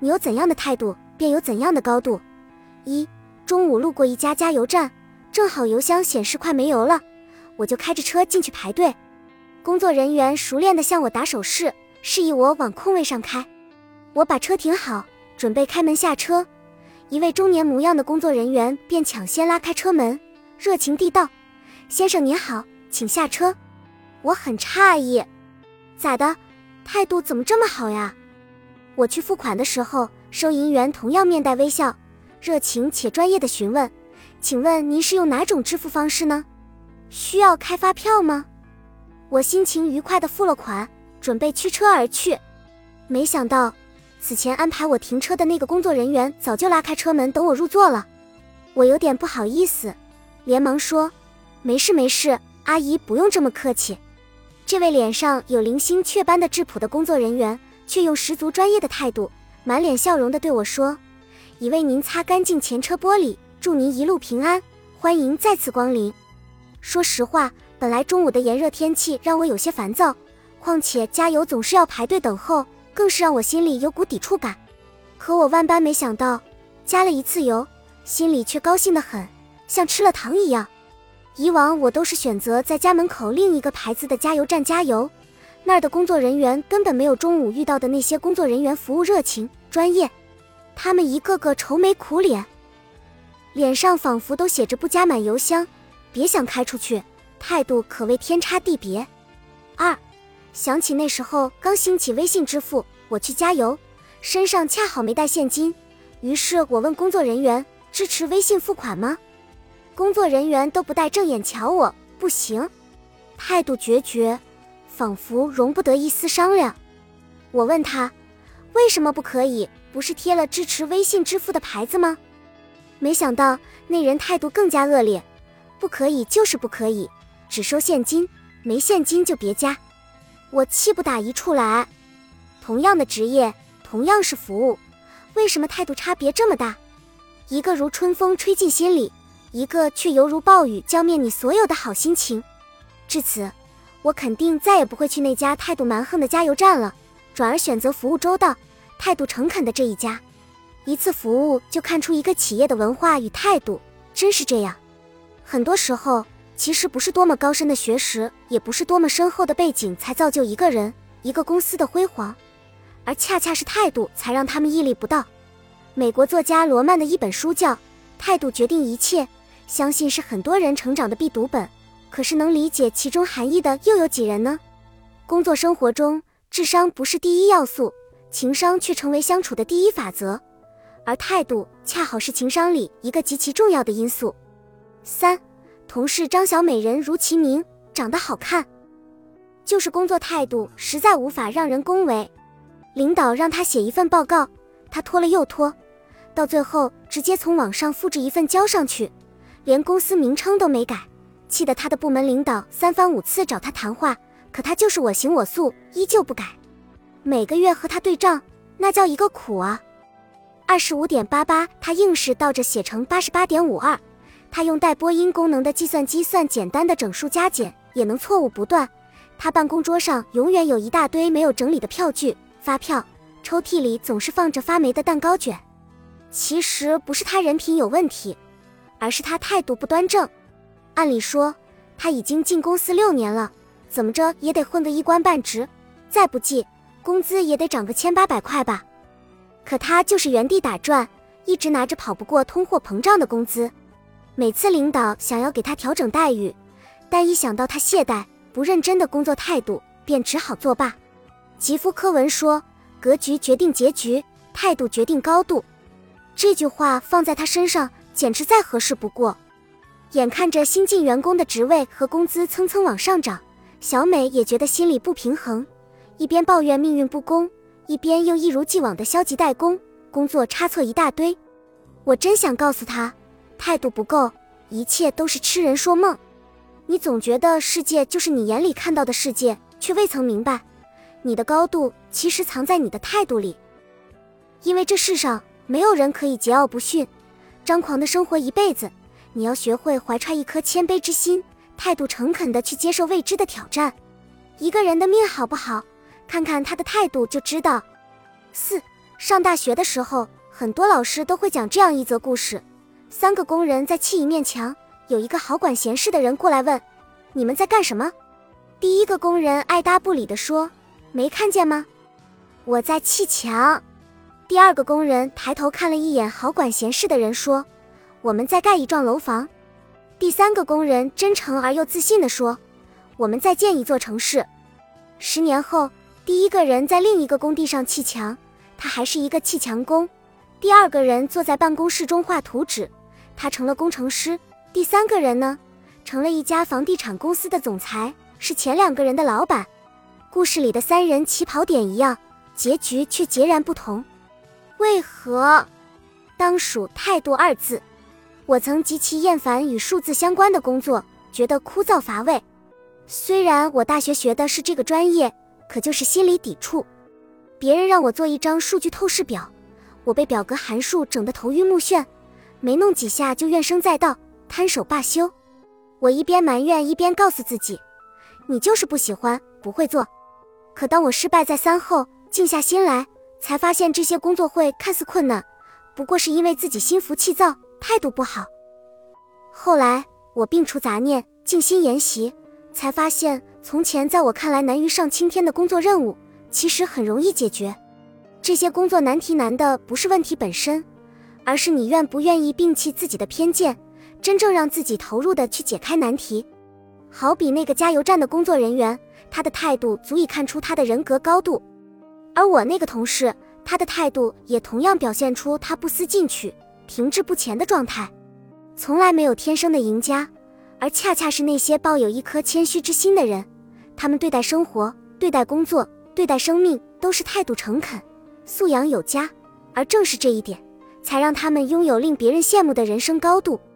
你有怎样的态度，便有怎样的高度。中午路过一家加油站，正好油箱显示快没油了，我就开着车进去排队。工作人员熟练地向我打手势，示意我往空位上开。我把车停好，准备开门下车，一位中年模样的工作人员便抢先拉开车门，热情地道：先生您好，请下车。我很诧异，咋的，态度怎么这么好呀？我去付款的时候，收银员同样面带微笑，热情且专业地询问：请问您是用哪种支付方式呢？需要开发票吗？我心情愉快地付了款，准备驱车而去。没想到此前安排我停车的那个工作人员早就拉开车门等我入座了。我有点不好意思，连忙说：没事没事，阿姨不用这么客气。这位脸上有零星雀斑的质朴的工作人员却用十足专业的态度，满脸笑容地对我说：已为您擦干净前车玻璃，祝您一路平安，欢迎再次光临。说实话，本来中午的炎热天气让我有些烦躁，况且加油总是要排队等候，更是让我心里有股抵触感。可我万般没想到，加了一次油，心里却高兴得很，像吃了糖一样。以往我都是选择在家门口另一个牌子的加油站加油，那儿的工作人员根本没有中午遇到的那些工作人员服务热情专业，他们一个个愁眉苦脸，脸上仿佛都写着不加满油箱，别想开出去，态度可谓天差地别。想起那时候刚兴起微信支付，我去加油，身上恰好没带现金，于是我问工作人员：支持微信付款吗？工作人员都不带正眼瞧我，不行，态度决绝，仿佛容不得一丝商量。我问他为什么不可以，不是贴了支持微信支付的牌子吗？没想到那人态度更加恶劣，不可以就是不可以，只收现金，没现金就别加。我气不打一处来，同样的职业，同样是服务，为什么态度差别这么大？一个如春风吹进心里，一个却犹如暴雨浇灭你所有的好心情。至此，我肯定再也不会去那家态度蛮横的加油站了，转而选择服务周到、态度诚恳的这一家。一次服务就看出一个企业的文化与态度，真是这样。很多时候，其实不是多么高深的学识，也不是多么深厚的背景才造就一个人、一个公司的辉煌，而恰恰是态度才让他们屹立不倒。美国作家罗曼的一本书叫《态度决定一切》，相信是很多人成长的必读本，可是能理解其中含义的又有几人呢？工作生活中，智商不是第一要素，情商却成为相处的第一法则，而态度恰好是情商里一个极其重要的因素。同事张小美人如其名，长得好看，就是工作态度实在无法让人恭维。领导让他写一份报告，他拖了又拖，到最后直接从网上复制一份交上去，连公司名称都没改，气得他的部门领导3番5次找他谈话，可他就是我行我素，依旧不改。每个月和他对账，那叫一个苦啊。25.88他硬是倒着写成88.52，他用带播音功能的计算机算简单的整数加减也能错误不断。他办公桌上永远有一大堆没有整理的票据、发票，抽屉里总是放着发霉的蛋糕卷。其实不是他人品有问题，而是他态度不端正。按理说他已经进公司6年了，怎么着也得混个一官半职，再不济工资也得涨个1800块吧。可他就是原地打转，一直拿着跑不过通货膨胀的工资。每次领导想要给他调整待遇，但一想到他懈怠不认真的工作态度，便只好作罢。吉夫科文说，格局决定结局，态度决定高度。这句话放在他身上简直再合适不过。眼看着新进员工的职位和工资蹭蹭往上涨，小美也觉得心里不平衡，一边抱怨命运不公，一边又一如既往的消极怠工，工作差错一大堆。我真想告诉他，态度不够，一切都是痴人说梦。你总觉得世界就是你眼里看到的世界，却未曾明白，你的高度其实藏在你的态度里。因为这世上没有人可以桀骜不驯，张狂的生活一辈子，你要学会怀揣一颗谦卑之心，态度诚恳地去接受未知的挑战。一个人的命好不好，看看他的态度就知道。 上大学的时候，很多老师都会讲这样一则故事：三个工人在砌一面墙，有一个好管闲事的人过来问：你们在干什么？第一个工人爱答不理地说：没看见吗？我在砌墙。第二个工人抬头看了一眼好管闲事的人说：我们在盖一幢楼房。第三个工人真诚而又自信地说：我们在建一座城市。10年后，第一个人在另一个工地上砌墙，他还是一个砌墙工。第二个人坐在办公室中画图纸，他成了工程师。第三个人呢，成了一家房地产公司的总裁，是前2个人的老板。故事里的3人起跑点一样，结局却截然不同。为何？当属态度2字。我曾极其厌烦与数字相关的工作，觉得枯燥乏味。虽然我大学学的是这个专业，可就是心里抵触。别人让我做一张数据透视表，我被表格函数整得头晕目眩，没弄几下就怨声载道，摊手罢休。我一边埋怨一边告诉自己，你就是不喜欢，不会做。可当我失败再三后，静下心来，才发现这些工作会看似困难，不过是因为自己心浮气躁，态度不好。后来我摒除杂念，静心研习，才发现从前在我看来难于上青天的工作任务，其实很容易解决。这些工作难题难的不是问题本身，而是你愿不愿意摒弃自己的偏见，真正让自己投入的去解开难题。好比那个加油站的工作人员，他的态度足以看出他的人格高度。而我那个同事，他的态度也同样表现出他不思进取、停滞不前的状态。从来没有天生的赢家，而恰恰是那些抱有一颗谦虚之心的人，他们对待生活、对待工作、对待生命都是态度诚恳，素养有加，而正是这一点，才让他们拥有令别人羡慕的人生高度。